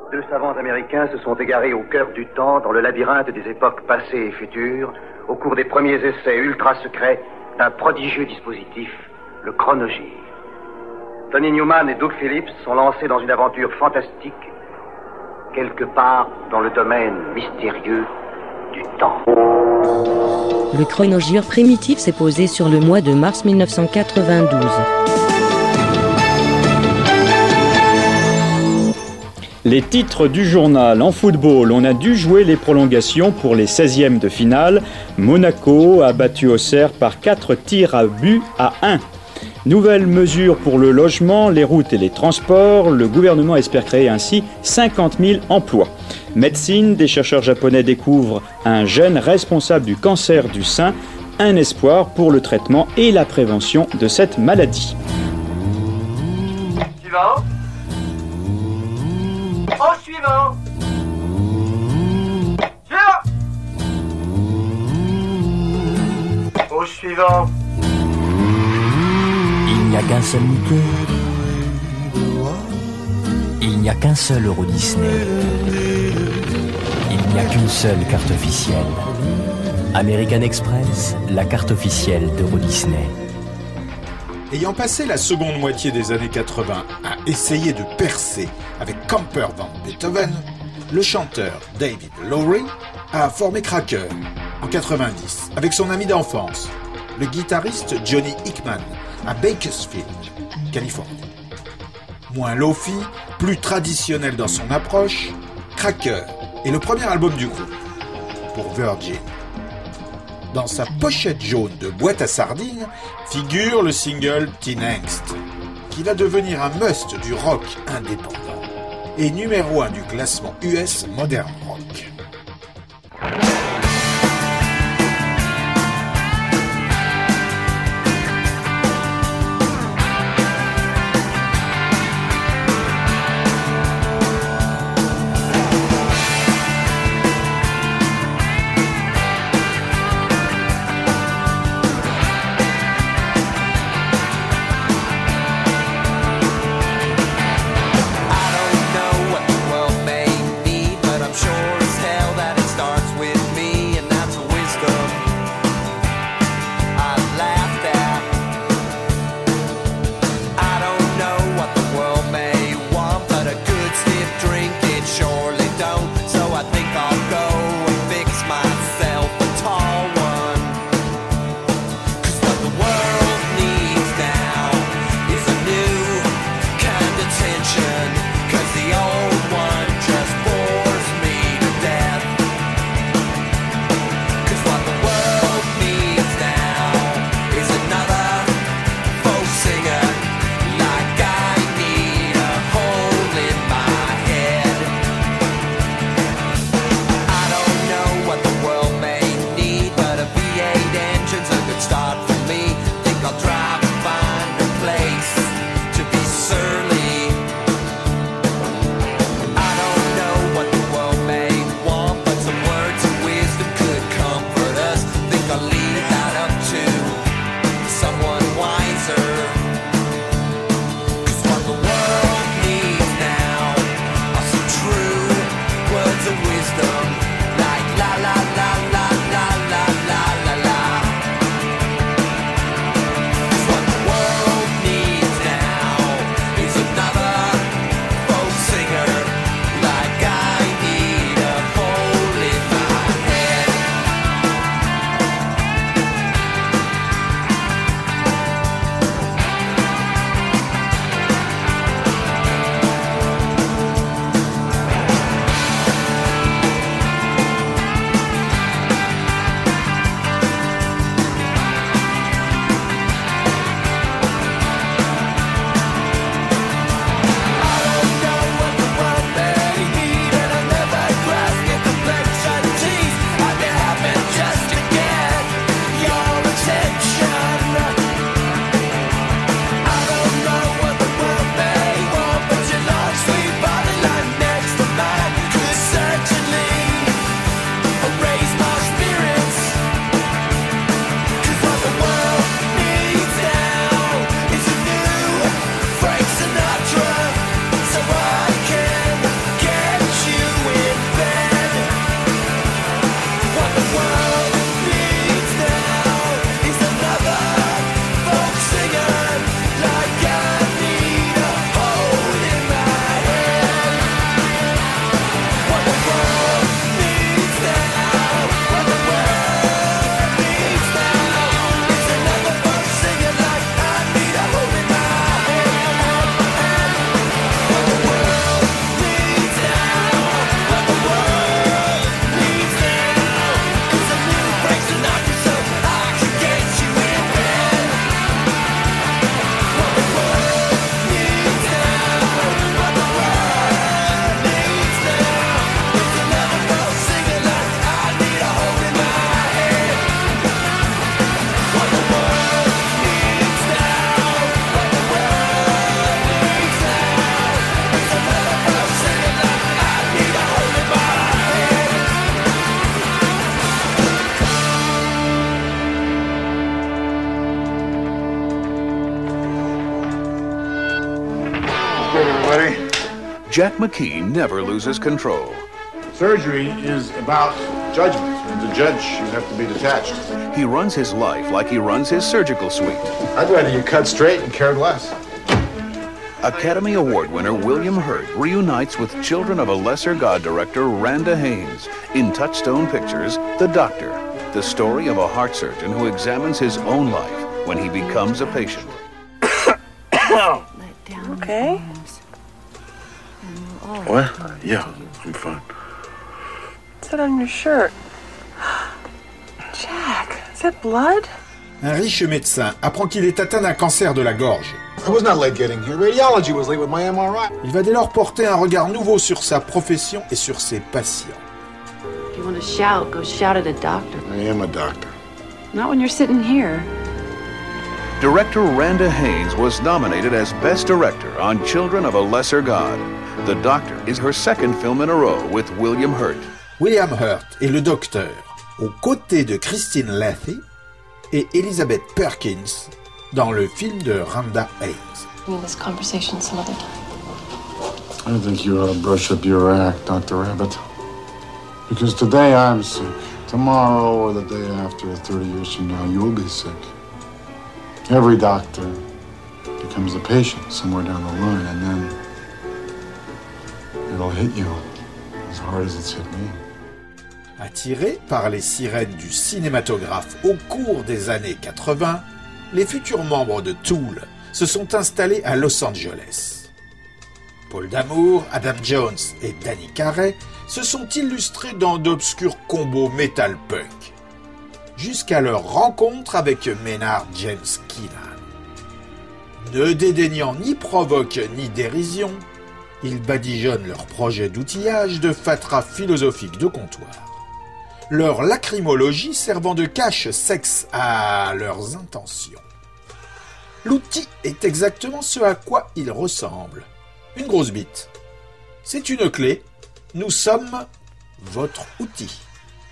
Deux savants américains se sont égarés au cœur du temps, dans le labyrinthe des époques passées et futures, au cours des premiers essais ultra secrets d'un prodigieux dispositif, le chronogire. Tony Newman et Doug Phillips sont lancés dans une aventure fantastique, quelque part dans le domaine mystérieux du temps. Le chronogire primitif s'est posé sur le mois de mars 1992. Les titres du journal. En football, on a dû jouer les prolongations pour les 16e de finale. Monaco a battu Auxerre par 4 tirs à but à 1. Nouvelles mesures pour le logement, les routes et les transports. Le gouvernement espère créer ainsi 50 000 emplois. Médecine, des chercheurs japonais découvrent un gène responsable du cancer du sein. Un espoir pour le traitement et la prévention de cette maladie. Suivant. Au suivant. Suivant. Au suivant. Il n'y a qu'un seul Mickey. Il n'y a qu'un seul Euro Disney. Il n'y a qu'une seule carte officielle. American Express, la carte officielle d'Euro Disney. Ayant passé la seconde moitié des années 80 à essayer de percer avec Camper Van Beethoven, le chanteur David Lowry a formé Cracker en 90 avec son ami d'enfance, le guitariste Johnny Hickman, à Bakersfield, Californie. Moins lofi, plus traditionnel dans son approche, Cracker est le premier album du groupe, pour Virgin. Dans sa pochette jaune de boîte à sardines figure le single Teen Angst, qui va devenir un must du rock indépendant et numéro 1 du classement US Modern Rock. Jack McKee never loses control. Surgery is about judgment. As a judge, you have to be detached. He runs his life like he runs his surgical suite. I'd rather you cut straight and cared less. Academy Award winner William Hurt reunites with Children of a Lesser God director Randa Haynes in Touchstone Pictures' The Doctor, the story of a heart surgeon who examines his own life when he becomes a patient. Okay? What? Yeah, I'm fine. What's that on your shirt? Jack, is that blood? Un riche médecin apprend qu'il est atteint d'un cancer de la gorge. I was not late getting here. Radiology was late with my MRI. Il va dès lors porter un regard nouveau sur sa profession et sur ses patients. If you want to shout, go shout at a doctor. I am a doctor. Not when you're sitting here. Director Randa Haynes was nominated as Best Director on Children of a Lesser God. The Doctor is her second film in a row with William Hurt. William Hurt est le docteur, aux côtés de Christine Lathy et Elizabeth Perkins dans le film de Randa Haynes. We need this conversation some other time. I think you ought to brush up your act, Dr. Rabbit. Because today I'm sick. Tomorrow or the day after, 30 years from now, you'll be sick. Every doctor becomes a patient somewhere down the line, and then it'll hit you as hard as it's hit me. Attirés par les sirènes du cinématographe au cours des années 80, les futurs membres de Tool se sont installés à Los Angeles. Paul Damour, Adam Jones et Danny Carey se sont illustrés dans d'obscurs combos metal-punk, jusqu'à leur rencontre avec Maynard James Keenan. Ne dédaignant ni provoque ni dérision, ils badigeonnent leur projet d'outillage de fatras philosophique de comptoir, leur lacrymologie servant de cache-sexe à leurs intentions. L'outil est exactement ce à quoi il ressemble. Une grosse bite. C'est une clé. Nous sommes votre outil.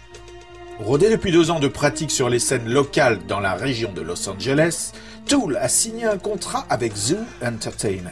Rodé depuis 2 ans de pratique sur les scènes locales dans la région de Los Angeles, Tool a signé un contrat avec Zoo Entertainment.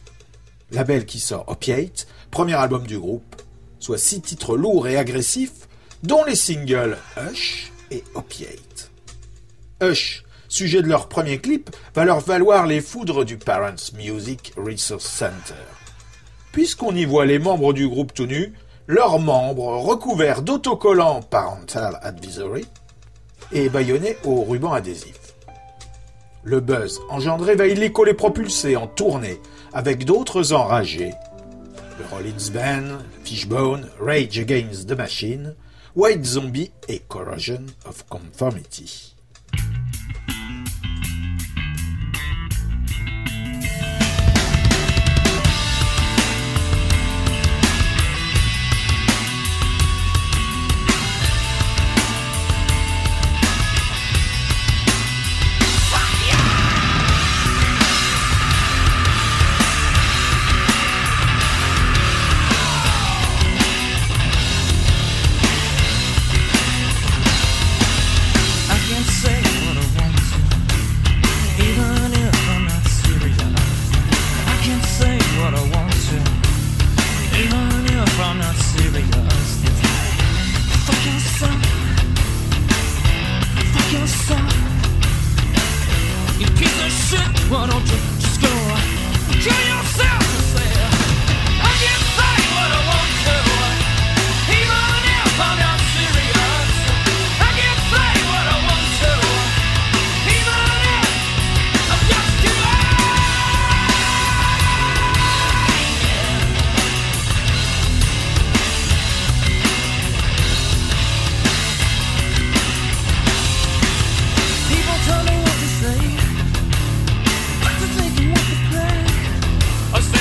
Label qui sort Opiate, premier album du groupe, soit 6 titres lourds et agressifs, dont les singles Hush et Opiate. Hush, sujet de leur premier clip, va leur valoir les foudres du Parents Music Resource Center. Puisqu'on y voit les membres du groupe tout nus, leurs membres recouverts d'autocollants Parental Advisory et bâillonnés au ruban adhésif. Le buzz engendré va illico les propulser en tournée avec d'autres enragés. Le Rollins Band, Fishbone, Rage Against the Machine, White Zombie et Corrosion of Conformity. I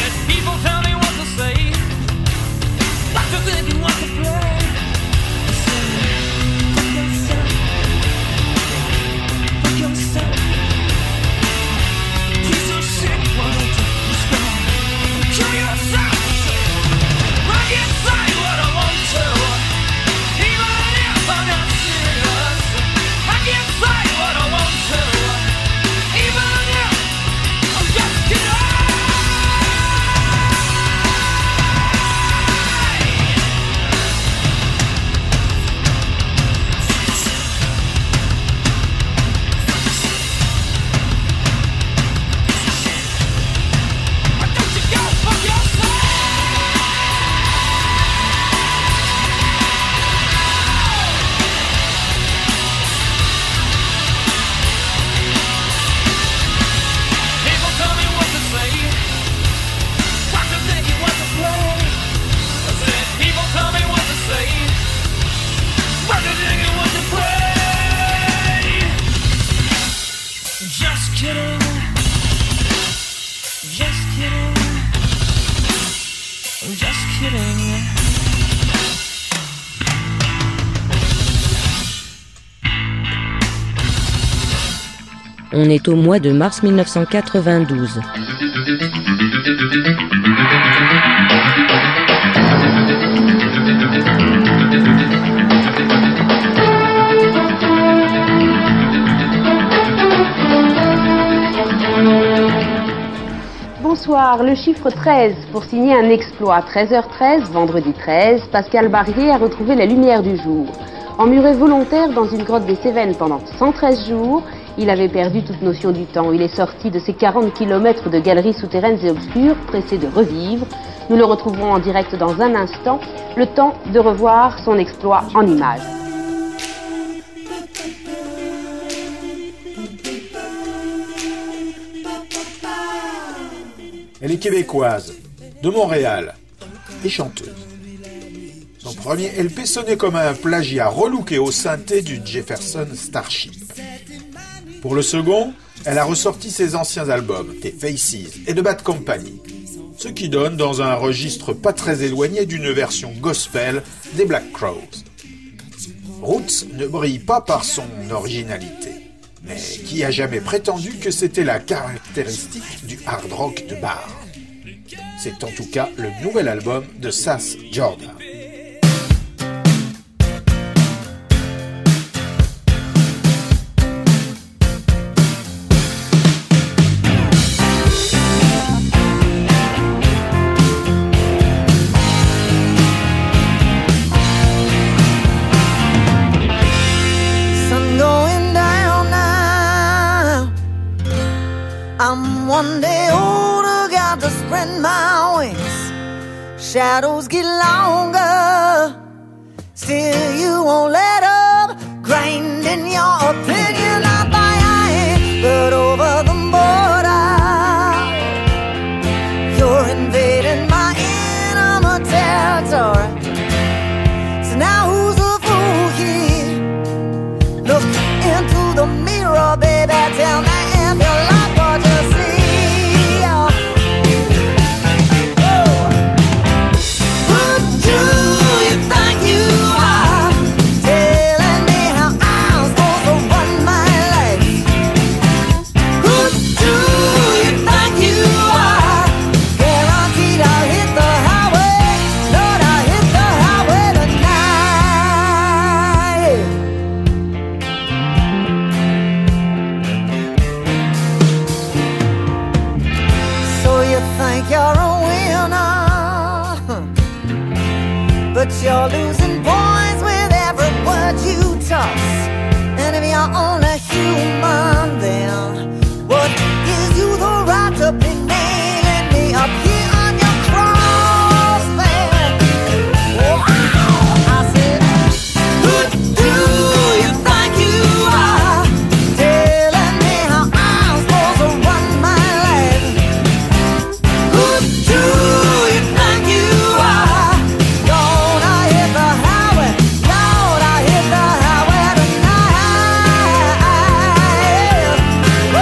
On est au mois de mars 1992. Bonsoir, le chiffre 13 pour signer un exploit. 13h13, vendredi 13, Pascal Barrier a retrouvé la lumière du jour. Emmuré volontaire dans une grotte des Cévennes pendant 113 jours, il avait perdu toute notion du temps. Il est sorti de ses 40 km de galeries souterraines et obscures, pressé de revivre. Nous le retrouverons en direct dans un instant, le temps de revoir son exploit en images. Elle est québécoise, de Montréal, et chanteuse. Son premier LP sonnait comme un plagiat relooké au synthé du Jefferson Starship. Pour le second, elle a ressorti ses anciens albums, The Faces et The Bad Company, ce qui donne dans un registre pas très éloigné d'une version gospel des Black Crowes. Roots ne brille pas par son originalité, mais qui a jamais prétendu que c'était la caractéristique du hard rock de bar. C'est en tout cas le nouvel album de Sass Jordan. One day older, got to spread my wings. Shadows get longer, still you won't let up. Grinding your opinion out by eye, but over the border, you're invading my inner territory. So now who's the fool here? Look into the mirror, baby, tell me if you like what you see. But you're losing points with every word you toss. And if you're only human, then what gives you the right to be nailing me up here on your cross, man? Oh, I said, who do you think you are? Telling me how I'm supposed to run my life. Who do you think you are? Well,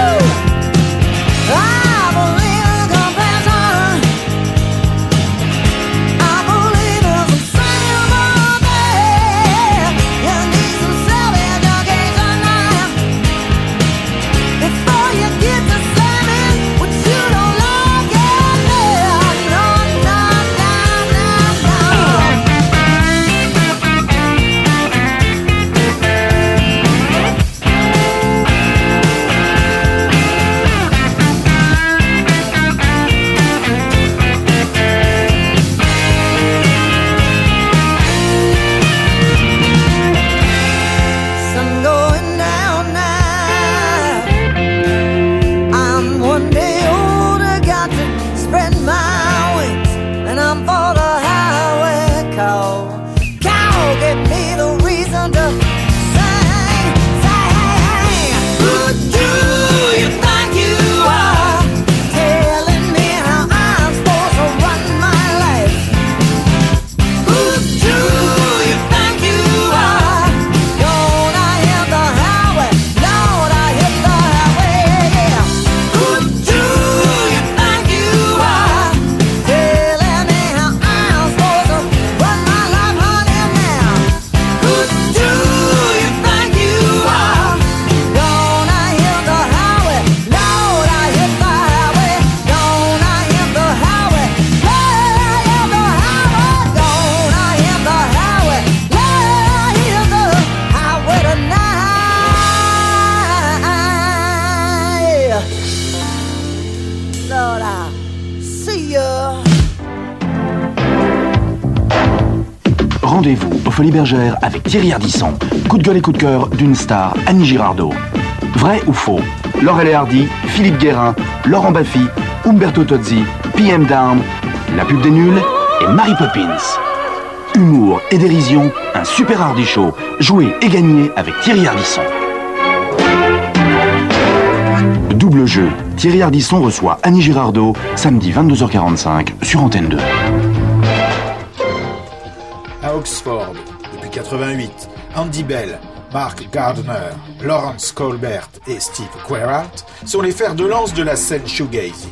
rendez-vous aux Folies Bergères avec Thierry Ardisson. Coup de gueule et coup de cœur d'une star, Annie Girardot. Vrai ou faux? Laurel et Hardy, Philippe Guérin, Laurent Baffy, Umberto Tozzi, PM Down, La pub des nuls et Mary Poppins. Humour et dérision, un super Hardy Show. Jouez et gagnez avec Thierry Ardisson. Double jeu. Thierry Ardisson reçoit Annie Girardot, samedi 22h45 sur Antenne 2. À Oxford, depuis 88, Andy Bell, Mark Gardner, Lawrence Colbert et Steve Queralt sont les fers de lance de la scène shoegazing.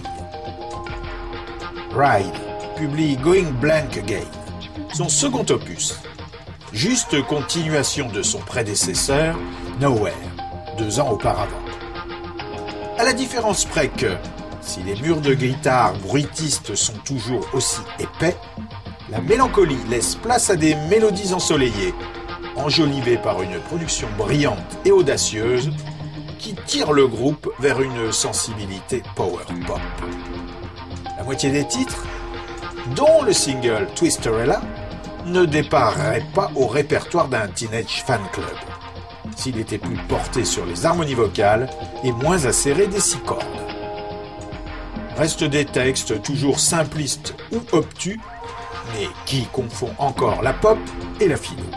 Ride publie Going Blank Again, son second opus, juste continuation de son prédécesseur Nowhere, 2 ans auparavant. À la différence près que, si les murs de guitare bruitistes sont toujours aussi épais, la mélancolie laisse place à des mélodies ensoleillées, enjolivées par une production brillante et audacieuse qui tire le groupe vers une sensibilité power pop. La moitié des titres, dont le single Twisterella, ne déparerait pas au répertoire d'un Teenage Fan Club, s'il était plus porté sur les harmonies vocales et moins acéré des 6 cordes. Restent des textes toujours simplistes ou obtus, mais qui confond encore la pop et la philo.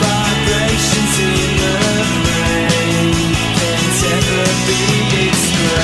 Vibrations in the brain can never be explained.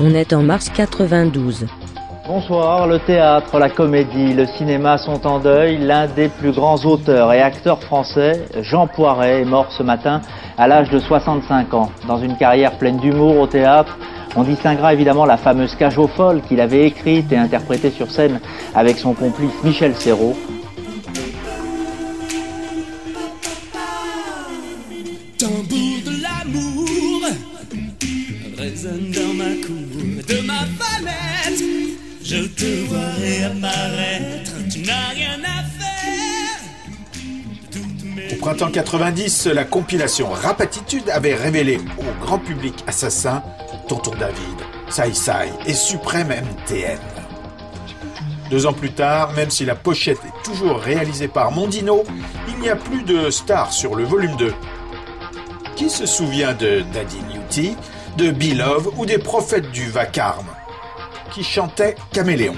On est en mars 92. Bonsoir, le théâtre, la comédie, le cinéma sont en deuil. L'un des plus grands auteurs et acteurs français, Jean Poiret, est mort ce matin à l'âge de 65 ans. Dans une carrière pleine d'humour au théâtre, on distinguera évidemment la fameuse Cage aux folles qu'il avait écrite et interprétée sur scène avec son complice Michel Serrault. Tambour de l'amour résonne dans ma cour, de ma palette. Je te vois réapparaître, tu n'as rien à faire. Au printemps 90, la compilation Rapatitude avait révélé au grand public assassin Tonton David, Sai Sai et Suprême MTN. 2 ans plus tard, même si la pochette est toujours réalisée par Mondino, il n'y a plus de stars sur le volume 2. Qui se souvient de Daddy Newty, de Beloved ou des prophètes du vacarme qui chantaient Caméléon?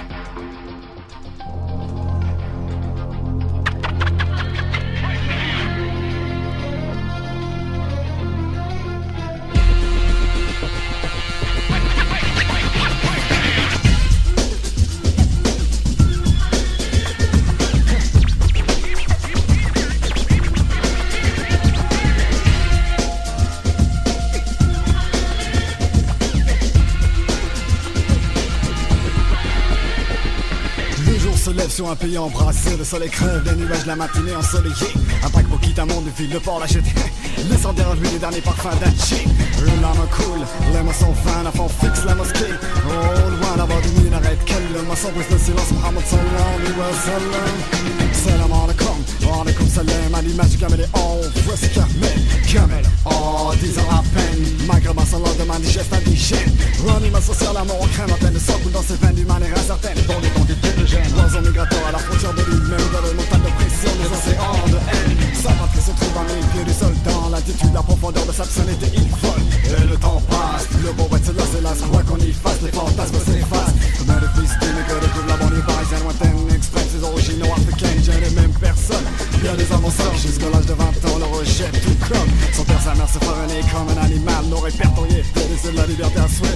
Sur un pays embrassé, le soleil crève, les nuages, la matinée ensoleillée. Un paquebot quitte un monde, ville, le port, la jetée. Laissant derrière lui les derniers parfums d'Hachi. Le lame coule, les mots sont fins, la fond fixe la mosquée. Oh, loin là-bas du minaret, quel maçon brise le silence, Muhammad Salam, wa salam. Salam alaikum, wa alaikum salam, à l'image du caméléon, voici Kamel, oh, 10 ans à peine, malgré ma salade de manigeste indigène. Ranima social, la mort en crème, à peine de sang coule dans ses veines d'une manière incertaine. Dans les temps du gène, l'oiseau migratoire à la frontière de lui-même, dans les montagnes de pression, les océans de haine. Sa patrie se trouve à 1000 pieds du sol, dans l'altitude, la profondeur de sa personnalité, il vole. Et le temps passe, le beau bête se lasse, hélas, quoi qu'on y fasse, les fantasmes s'effacent. Comme un fils d'immigrés de toute la banlieue parisienne lointaine, exprès ses originaux africaines, j'ai les mêmes personnes. Bien des hommes en sort, jusqu'à l'âge de 20 ans, le rejette tout comme son père, sa mère se ferait comme un animal, non répertorié, délaissé de la liberté à souhait.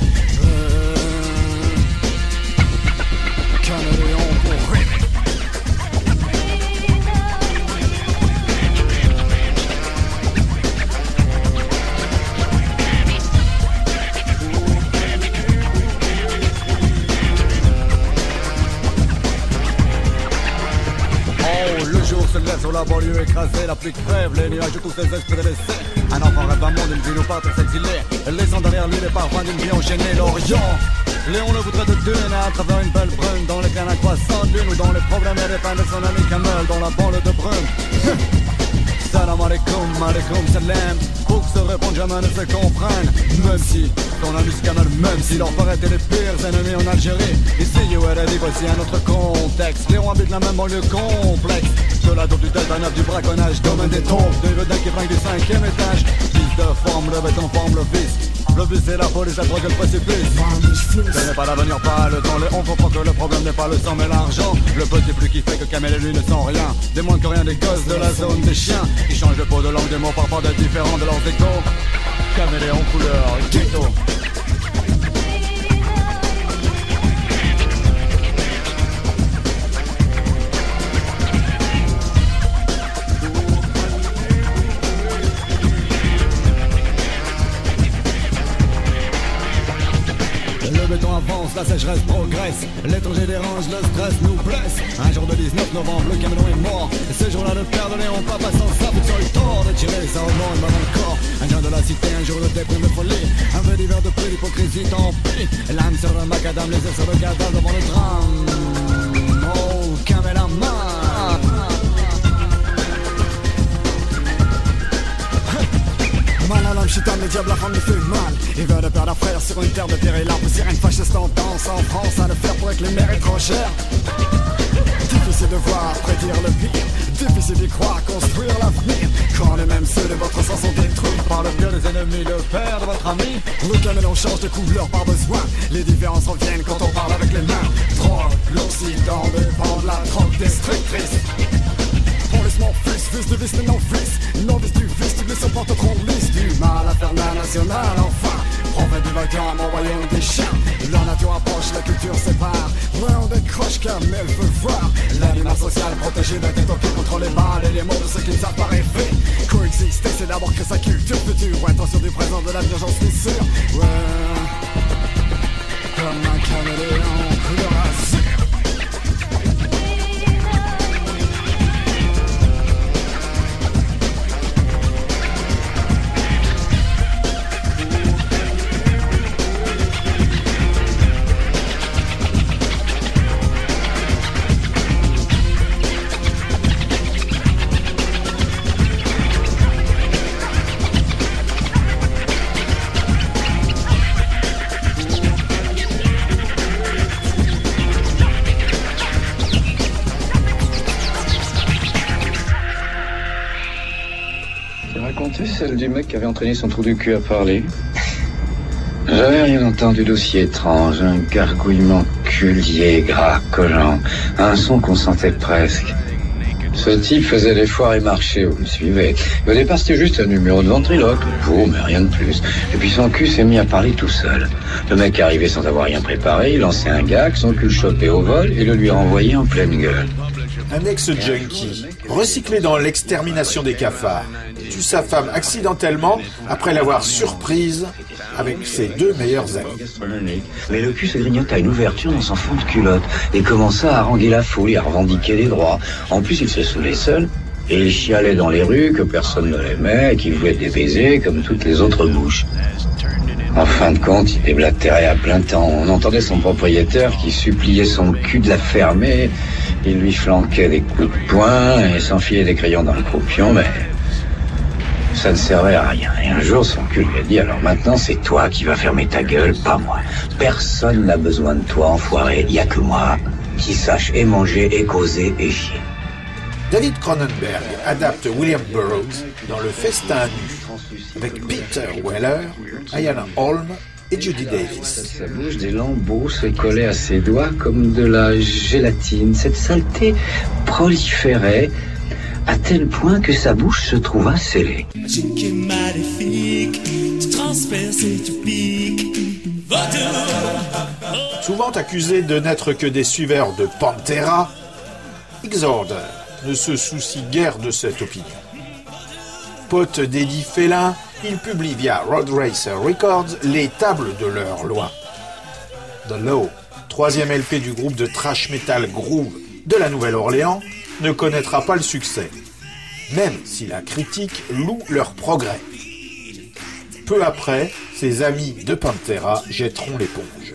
Caméléon pour rêver. Se lève sur la banlieue écrasée, la pluie crève, les nuages de tous les esprits délaissés. Un enfant rêve d'un monde, une ville où part pour s'exiler, laissant derrière lui les parfums d'une vie enchaînée. L'Orient, Léon le voudrait de dune à travers une belle brune, dans les canaux croissants d'une ou dans les problèmes et les peines de son ami Kamel, dans la banlieue de Brune. Salam alaikum, alaikum salam. Pour que se répondent jamais ne se comprennent. Même si ton ami Kamel, même si leur paraît les pires ennemis en Algérie. Ici, dit voici un autre contexte. Léon habite la même banlieue complexe. De la dope du delta 9 du braconnage, domaine des tombes, de vedette qui flingue du 5e étage. Fils de forme, le béton forme le vice. Le but c'est la police, la drogue et le précipice. Ce n'est pas l'avenir, pas le temps. On comprend que le problème n'est pas le sang mais l'argent. Le petit plus qui fait que Kamel et lui ne sont rien. Des moins que rien des gosses de la zone des chiens. Qui changent de peau, de langue, des mots parfois d'être différents de leurs échos. Kamel et en couleur, ghetto. Avance, la sécheresse progresse, l'étranger dérange, le stress nous blesse. Un jour de 19 novembre, le Caméléon est mort. Et ce jour-là, le père de Léon, papa sans sa fiction, il tort de tirer sa remords, une balle dans le corps. Un genre de la cité, un jour de déprime de folie. Un peu d'hiver de pluie, l'hypocrisie, tant pis. L'âme sur le macadam, les yeux sur le cadavre devant le drame. Oh, Caméléon. Mal à l'âme, chitane, les diables, la femme lui fait mal. Il veut de perdre un frère sur une terre de terre et l'arbre. Si rien de fâcheuse tendance en France à le faire pour que les mers est trop cher. Difficile de voir, prédire le pire. Difficile d'y croire, construire l'avenir. Quand les mêmes ceux de votre sang sont détruits par le pire des ennemis, le père de votre ami. Le Caméléon change de couleur par besoin. Les différences reviennent quand on parle avec les mains. Drogue, l'Occident dépend de la drogue destructrice. Police mon fils, fils de vice, mais non vice. Novice du vice, tu laisses porte qu'on lisse. Du mal à faire la nationale, enfin. Prophète du vacarme, mon royaume des chiens. Le la nature approche, la culture sépare. Loin on décroche car elle veut voir l'animal social protégé d'être étoqué contre les balles et les mots de ceux qui ne savent pas rêver. Coexister, c'est d'abord que sa culture future. Ouais, attention du présent, de l'avenir, j'en suis sûr. Ouais, comme un caméléon couleur azur. Celle du mec qui avait entraîné son trou du cul à parler. J'avais rien entendu d'aussi étrange, un gargouillement culier, gras, collant, un son qu'on sentait presque. Ce type faisait l'effort et marchait, vous me suivez. Au départ, c'était juste un numéro de ventriloque, pour, mais rien de plus. Et puis son cul s'est mis à parler tout seul. Le mec arrivait sans avoir rien préparé, il lançait un gag, son cul chopé au vol et le lui renvoyait en pleine gueule. Un ex-junkie, recyclé dans l'extermination des cafards, tue sa femme accidentellement après l'avoir surprise avec ses deux meilleurs amis. Mais le cul se grignote à une ouverture dans son fond de culotte et commença à haranguer la foule et à revendiquer des droits. En plus, il se saoulait seul et il chialait dans les rues que personne ne l'aimait et qu'il voulait des baisers comme toutes les autres bouches. En fin de compte, il déblatérait à plein temps. On entendait son propriétaire qui suppliait son cul de la fermer. Il lui flanquait des coups de poing et s'enfilait des crayons dans le croupion, mais ça ne servait à rien. Et un jour, son cul lui a dit « Alors maintenant, c'est toi qui vas fermer ta gueule, pas moi. Personne n'a besoin de toi, enfoiré. Il n'y a que moi qui sache et manger, et causer, et chier. » David Cronenberg adapte William Burroughs dans Le Festin nu, avec Peter Weller, Ian Holm et Judy Davis. Sa bouche, des lambeaux se collaient à ses doigts comme de la gélatine. Cette saleté proliférait à tel point que sa bouche se trouva scellée. Chic et maléfique, tu transperces et tu piques. Souvent accusé de n'être que des suiveurs de Pantera, Exorder ne se soucie guère de cette opinion. Pote d'Eddie Félin, il publie via Road Racer Records les tables de leur loi. The Law, troisième LP du groupe de thrash metal Groove de la Nouvelle-Orléans, ne connaîtra pas le succès, même si la critique loue leur progrès. Peu après, ses amis de Pantera jetteront l'éponge.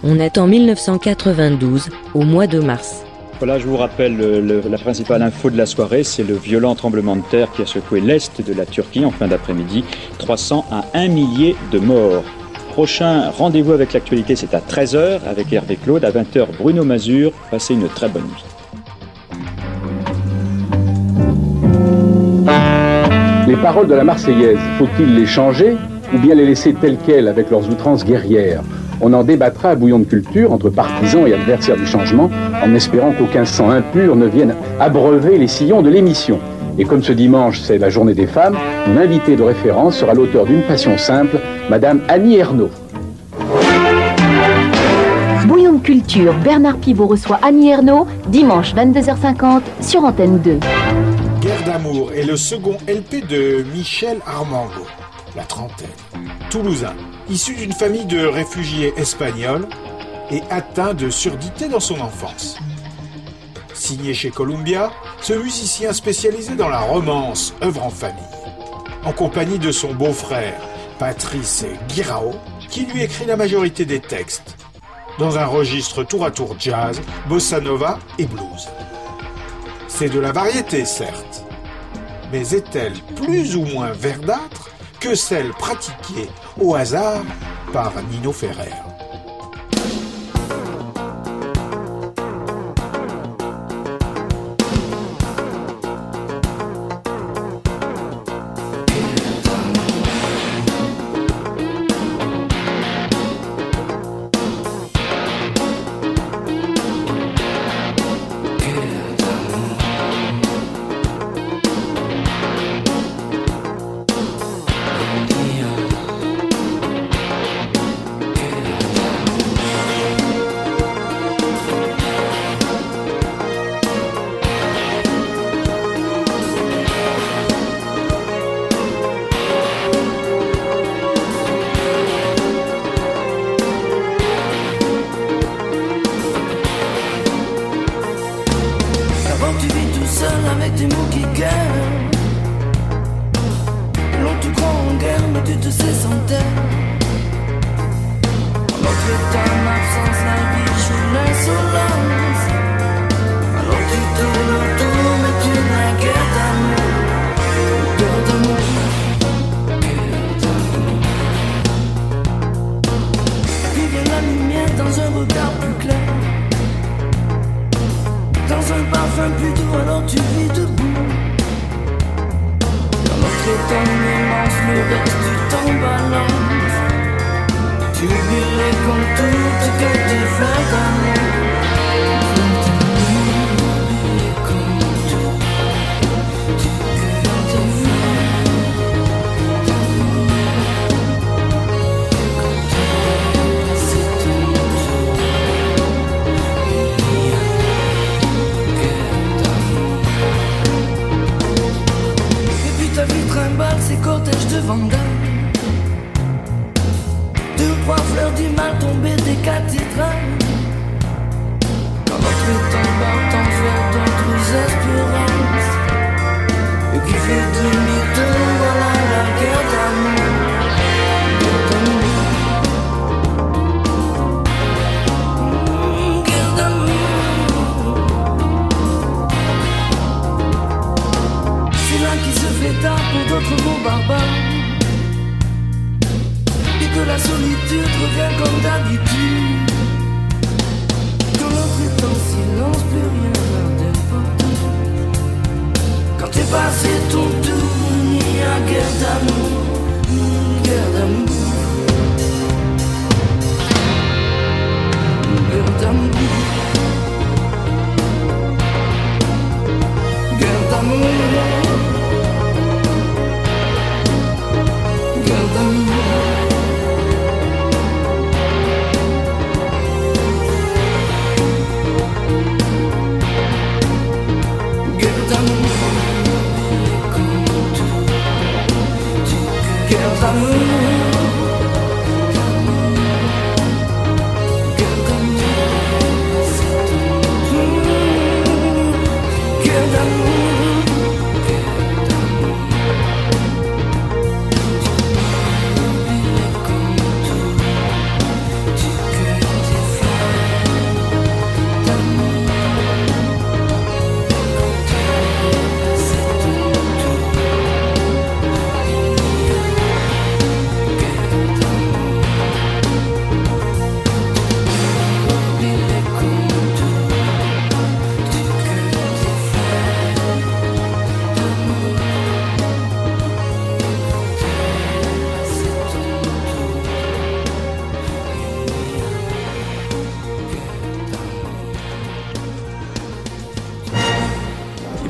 On est en 1992, au mois de mars. Voilà, je vous rappelle la principale info de la soirée, c'est le violent tremblement de terre qui a secoué l'est de la Turquie en fin d'après-midi. 300 à 1 millier de morts. Prochain rendez-vous avec l'actualité, c'est à 13h avec Hervé Claude, à 20h Bruno Mazur. Passez une très bonne nuit. Les paroles de la Marseillaise, faut-il les changer ou bien les laisser telles quelles avec leurs outrances guerrières? On en débattra à Bouillon de Culture entre partisans et adversaires du changement, en espérant qu'aucun sang impur ne vienne abreuver les sillons de l'émission. Et comme ce dimanche, c'est la journée des femmes, mon invité de référence sera l'auteur d'une passion simple, Madame Annie Ernaux. Bouillon de Culture, Bernard Pivot reçoit Annie Ernaux, dimanche 22h50 sur Antenne 2. Guerre d'amour est le second LP de Michel Armango, la trentaine, toulousain, issu d'une famille de réfugiés espagnols et atteint de surdité dans son enfance. Signé chez Columbia, ce musicien spécialisé dans la romance œuvre en famille, en compagnie de son beau-frère, Patrice Guirao, qui lui écrit la majorité des textes, dans un registre tour à tour jazz, bossa nova et blues. C'est de la variété, certes, mais est-elle plus ou moins verdâtre que celle pratiquée au hasard par Nino Ferrer? Deux, trois fleurs du mal tombées des cathédrales.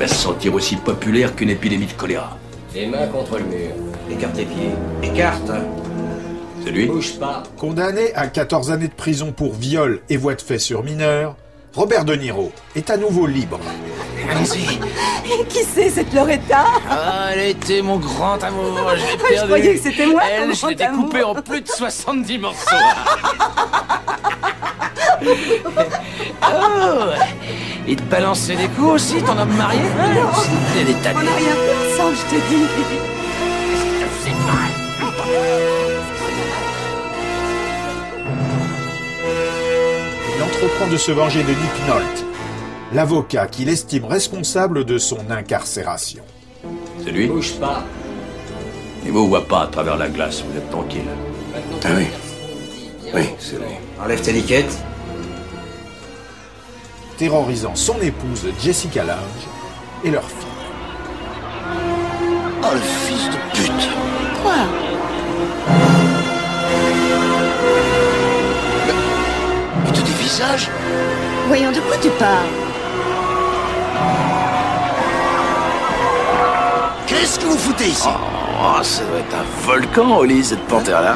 va se sentir aussi populaire qu'une épidémie de choléra. Les mains contre le mur. Écarte tes pieds. Écarte. C'est lui. Bouge pas. Condamné à 14 années de prison pour viol et voies de fait sur mineur, Robert De Niro est à nouveau libre. Allons-y. Qui c'est cette Loretta? Ah, elle était mon grand amour. Je l'ai perdu. Je croyais que c'était moi. Elle, je l'ai découpée en plus de 70 morceaux. Oh, il te balançait des coups aussi, ton homme marié? Non, c'était des tas de... on n'a rien fait ensemble, je te dis. Il entreprend de se venger de Nick Nolte, l'avocat qu'il estime responsable de son incarcération. C'est lui? Bouge pas. Il vous voit pas à travers la glace, vous êtes tranquille. Ah oui. Oui, c'est lui. Enlève tes liquettes. Terrorisant son épouse Jessica Lange et leur fille. Oh, le fils de pute! Quoi? Mais tu dévisages? Voyons, de quoi tu parles? Qu'est-ce que vous foutez ici? Oh, ça doit être un volcan, Oli, cette panthère-là.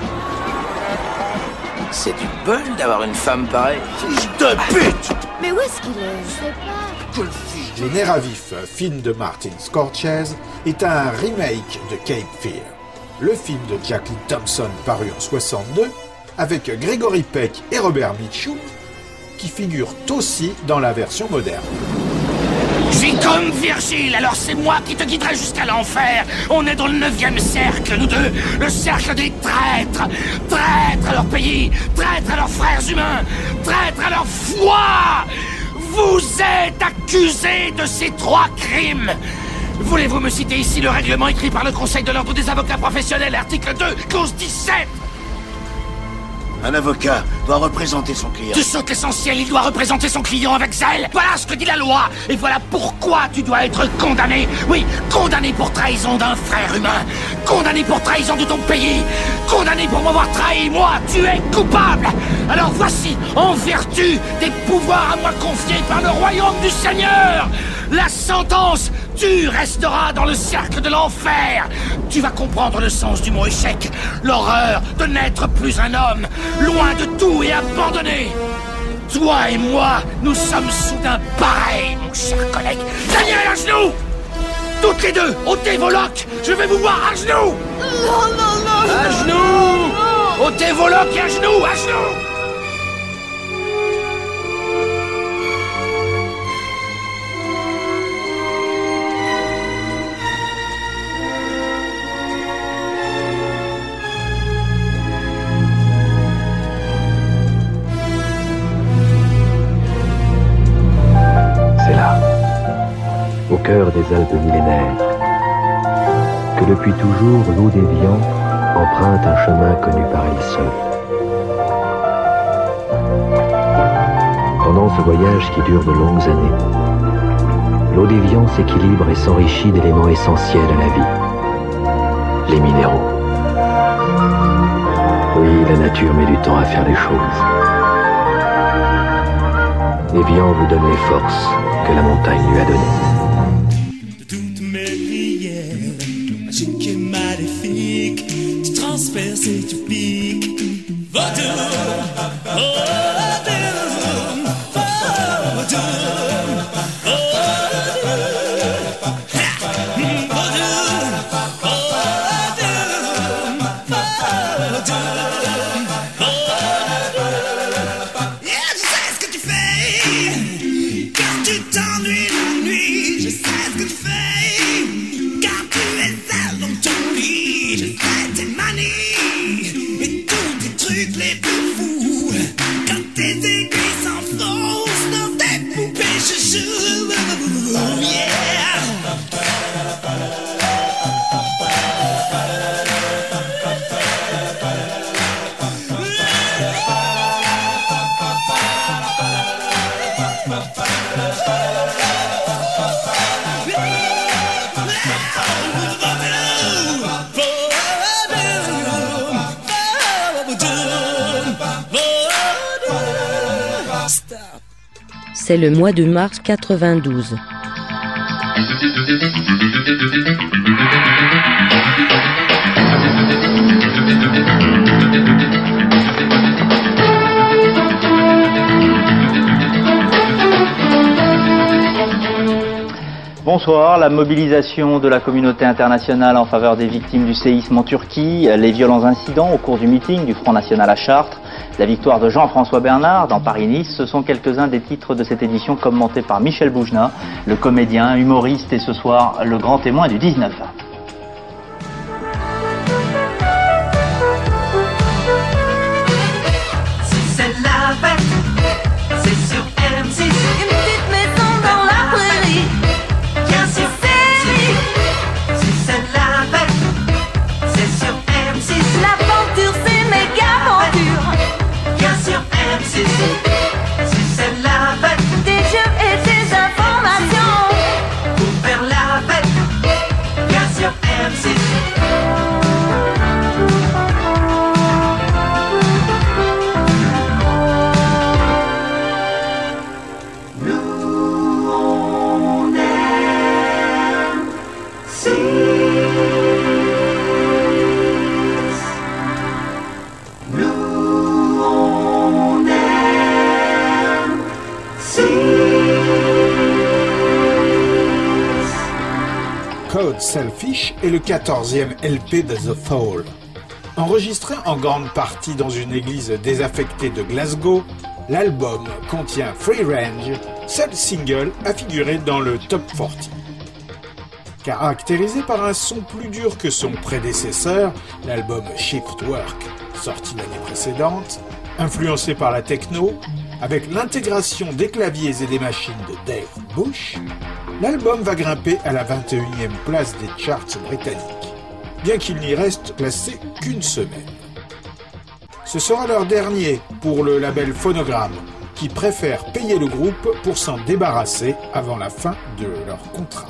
C'est du bol d'avoir une femme pareille. Fils de pute! Mais où est-ce qu'il est? Je sais pas. Les nerfs à vif, film de Martin Scorsese, est un remake de Cape Fear, le film de Jack Lee Thompson paru en 62, avec Gregory Peck et Robert Mitchum, qui figurent aussi dans la version moderne. Je suis comme Virgile, alors c'est moi qui te guiderai jusqu'à l'enfer. On est dans le 9e cercle, nous deux, le cercle des traîtres. Traîtres à leur pays, traîtres à leurs frères humains, traîtres à leur foi. Vous êtes accusés de ces 3 crimes. Voulez-vous me citer ici le règlement écrit par le Conseil de l'Ordre des avocats professionnels, article 2, clause 17? Un avocat doit représenter son client. Tu sautes l'essentiel, il doit représenter son client avec zèle. Voilà ce que dit la loi. Et voilà pourquoi tu dois être condamné. Oui, condamné pour trahison d'un frère humain. Condamné pour trahison de ton pays. Condamné pour m'avoir trahi, moi. Tu es coupable. Alors voici, en vertu des pouvoirs à moi confiés par le royaume du Seigneur, la sentence. Tu resteras dans le cercle de l'enfer. Tu vas comprendre le sens du mot échec. L'horreur de n'être plus un homme, loin de tout et abandonné. Toi et moi, nous sommes soudain pareils, mon cher collègue. Daniel, à genoux! Toutes les deux, ôtez vos loques. Je vais vous voir à genoux. Non, non, non. À genoux. Ôtez vos loques et à genoux, à genoux. Au cœur des Alpes millénaires, que depuis toujours l'eau d'Évian emprunte un chemin connu par elle seule. Pendant ce voyage qui dure de longues années, l'eau d'Évian s'équilibre et s'enrichit d'éléments essentiels à la vie, les minéraux. Oui, la nature met du temps à faire les choses. Évian vous donne les forces que la montagne lui a données. Magique et maléfique, tu transperces et tu piques. Vaudou, je sais ce que tu fais quand tu t'ennuies la nuit. Je sais ce que tu fais. Je sais tes manies et tous tes trucs les plus fous. Quand tes aiguilles s'enfoncent dans tes poupées chouchou. Yeah. C'est le mois de mars 92. Bonsoir. La mobilisation de la communauté internationale en faveur des victimes du séisme en Turquie, les violents incidents au cours du meeting du Front National à Chartres, la victoire de Jean-François Bernard dans Paris-Nice, ce sont quelques-uns des titres de cette édition commentés par Michel Boujna, le comédien, humoriste et ce soir le grand témoin du 19. Selfish est le 14e LP de The Fall. Enregistré en grande partie dans une église désaffectée de Glasgow, l'album contient Free Range, seul single à figurer dans le Top 40. Caractérisé par un son plus dur que son prédécesseur, l'album Shift Work, sorti l'année précédente, influencé par la techno, avec l'intégration des claviers et des machines de Dave Bush, l'album va grimper à la 21e place des charts britanniques, bien qu'il n'y reste classé qu'une semaine. Ce sera leur dernier pour le label Phonogram, qui préfère payer le groupe pour s'en débarrasser avant la fin de leur contrat.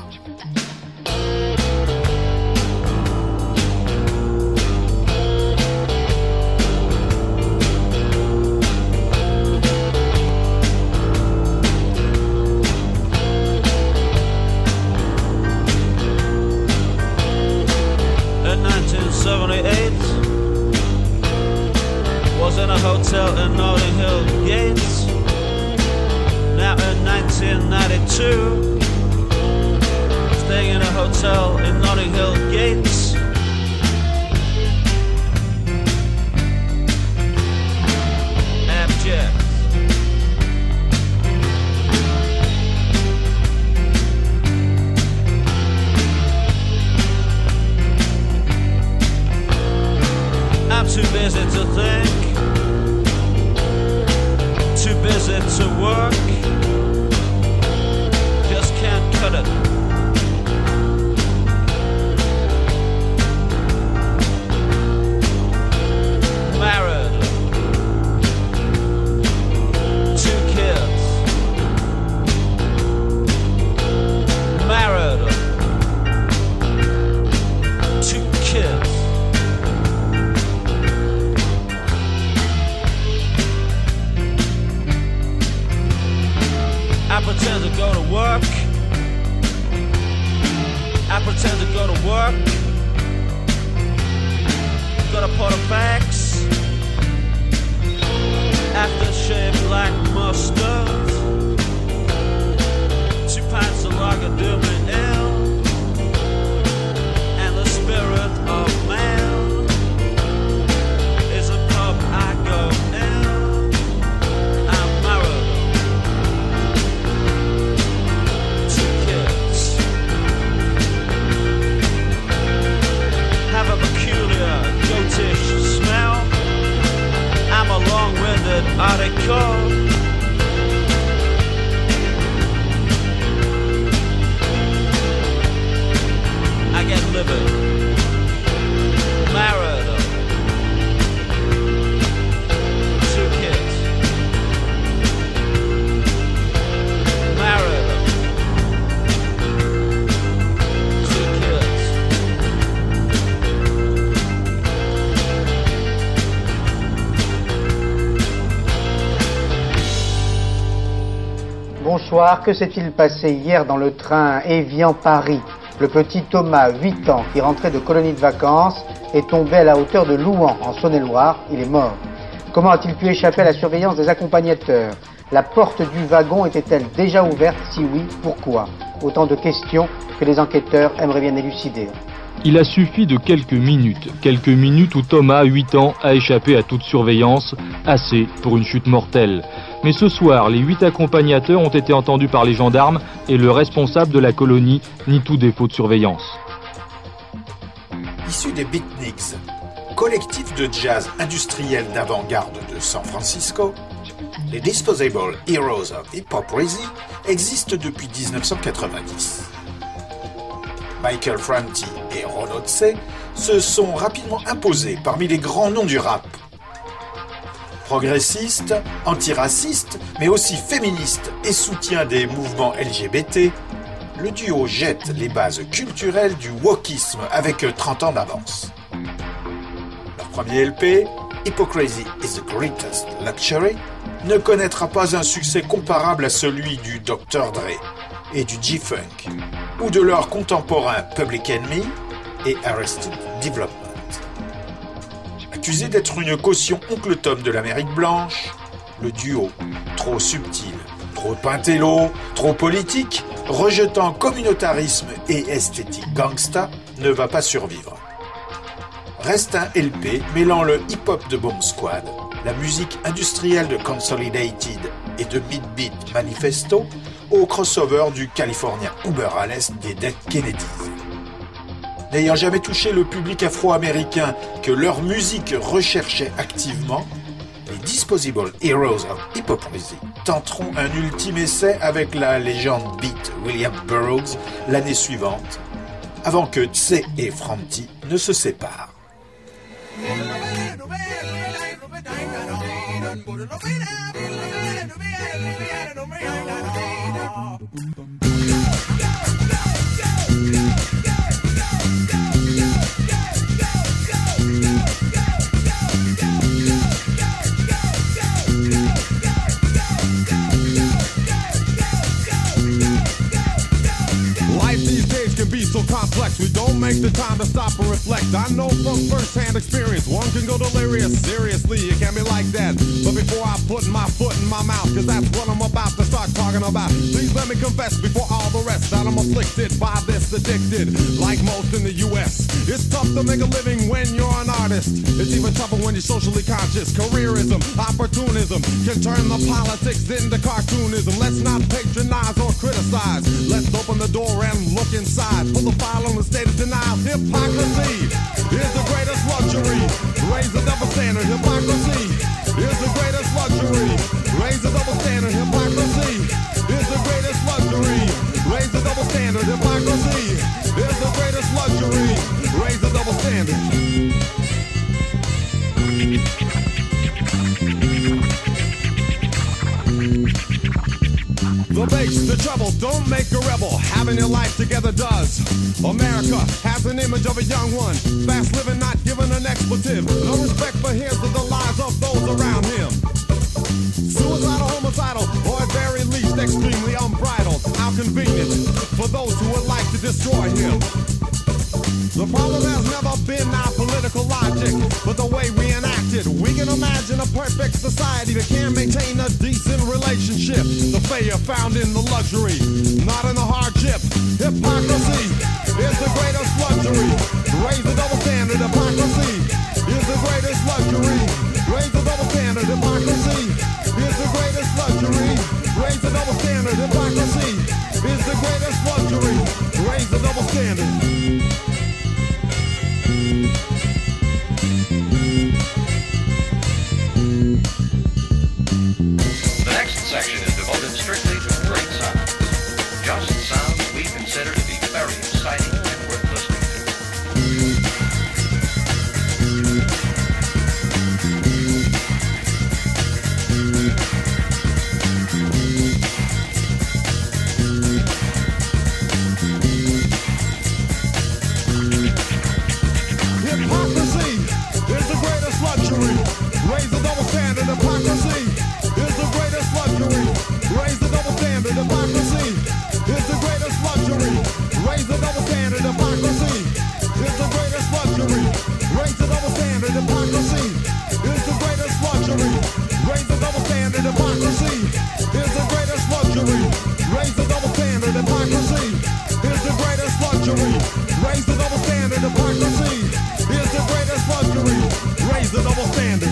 Was in a hotel in Notting Hill Gates. Now in 1992, staying in a hotel in Notting Hill Gates. Abject. I'm too busy to think, too busy to work, just can't cut it. Married, 2 kids. Married, 2 kids. I pretend to go to work. I pretend to go to work. Got a pot of facts. Aftershave black mustard. 2 pints of lager do me ill. And the spirit of man is a pub I go in. I'm married. Have a peculiar goatish smell. I'm a long-winded article. Bonsoir, que s'est-il passé hier dans le train Évian-Paris? Le petit Thomas, 8 ans, qui rentrait de colonie de vacances, est tombé à la hauteur de Louhans, en Saône-et-Loire. Il est mort. Comment a-t-il pu échapper à la surveillance des accompagnateurs? La porte du wagon était-elle déjà ouverte? Si oui, pourquoi? Autant de questions que les enquêteurs aimeraient bien élucider. Il a suffi de quelques minutes où Thomas, 8 ans, a échappé à toute surveillance, assez pour une chute mortelle. Mais ce soir, les 8 accompagnateurs ont été entendus par les gendarmes et le responsable de la colonie nie tout défaut de surveillance. Issu des Beatniks, collectif de jazz industriel d'avant-garde de San Francisco, les Disposable Heroes of Hypocrisy existent depuis 1990. Michael Franti et Ron Otsé se sont rapidement imposés parmi les grands noms du rap. Progressiste, antiracistes, mais aussi féministe et soutien des mouvements LGBT, le duo jette les bases culturelles du wokisme avec 30 ans d'avance. Leur premier LP, Hypocrisy is the Greatest Luxury, ne connaîtra pas un succès comparable à celui du Dr. Dre et du G-Funk, ou de leurs contemporains Public Enemy et Arrested Development. Accusé d'être une caution Oncle Tom de l'Amérique blanche, le duo, trop subtil, trop intello, trop politique, rejetant communautarisme et esthétique gangsta, ne va pas survivre. Reste un LP mêlant le hip-hop de Bomb Squad, la musique industrielle de Consolidated et de Midbeat Manifesto, au crossover du Californien Uber à l'est des Dead Kennedys. N'ayant jamais touché le public afro-américain que leur musique recherchait activement, les Disposable Heroes of Hypocrisy tenteront un ultime essai avec la légende beat William Burroughs l'année suivante, avant que Tse et Franti ne se séparent. So complex, we don't make the time to stop and reflect. I know from first-hand experience, one can go delirious. Seriously, it can be like that. But before I put my foot in my mouth, cause that's what I'm about to start talking about, please let me confess before all the rest that I'm afflicted by this addicted. Like most in the US, it's tough to make a living when you're an artist. It's even tougher when you're socially conscious. Careerism, opportunism can turn the politics into cartoonism. Let's not patronize or criticize. Let's open the door and look inside. Pull the file on the state of denial. Hypocrisy is the greatest luxury. Raise the double standard. Hypocrisy is the greatest luxury. Raise the double standard. Hypocrisy is the greatest luxury. Raise the double standard. Hypocrisy is the greatest luxury. Raise the double standard. The bass, the treble, don't make a rebel. Having your life together does. America has an image of a young one. Fast living, not given an expletive. No respect for his or the lives of those around him. Suicidal, homicidal, or at very least extremely unbridled. How convenient for those who would like to destroy him. The problem has never been our political logic, but the way we enact it. We can imagine a perfect society that can maintain a decent relationship. The failure found in the luxury, not in the hardship. Hypocrisy is the greatest luxury. Raise the double standard. Hypocrisy is the greatest luxury. Raise the double standard. Hypocrisy is the greatest luxury. Raise the double standard. Hypocrisy is the greatest luxury. Raise the double standard. The next section is devoted strictly to great sounds. Just sounds we consider to be very exciting and worth listening Hypocrisy is the greatest luxury. Raise the double standard. Hypocrisy is the greatest luxury. Raise the double standard. standard. Democracy is the greatest luxury. Raise the double standard. Democracy is the greatest luxury. Raise the double standard. Democracy is the greatest luxury. Raise the double standard. Democracy is the greatest luxury. Raise the double standard. Democracy is the greatest luxury. Raise the double standard. Democracy is the greatest luxury. Raise the double standard.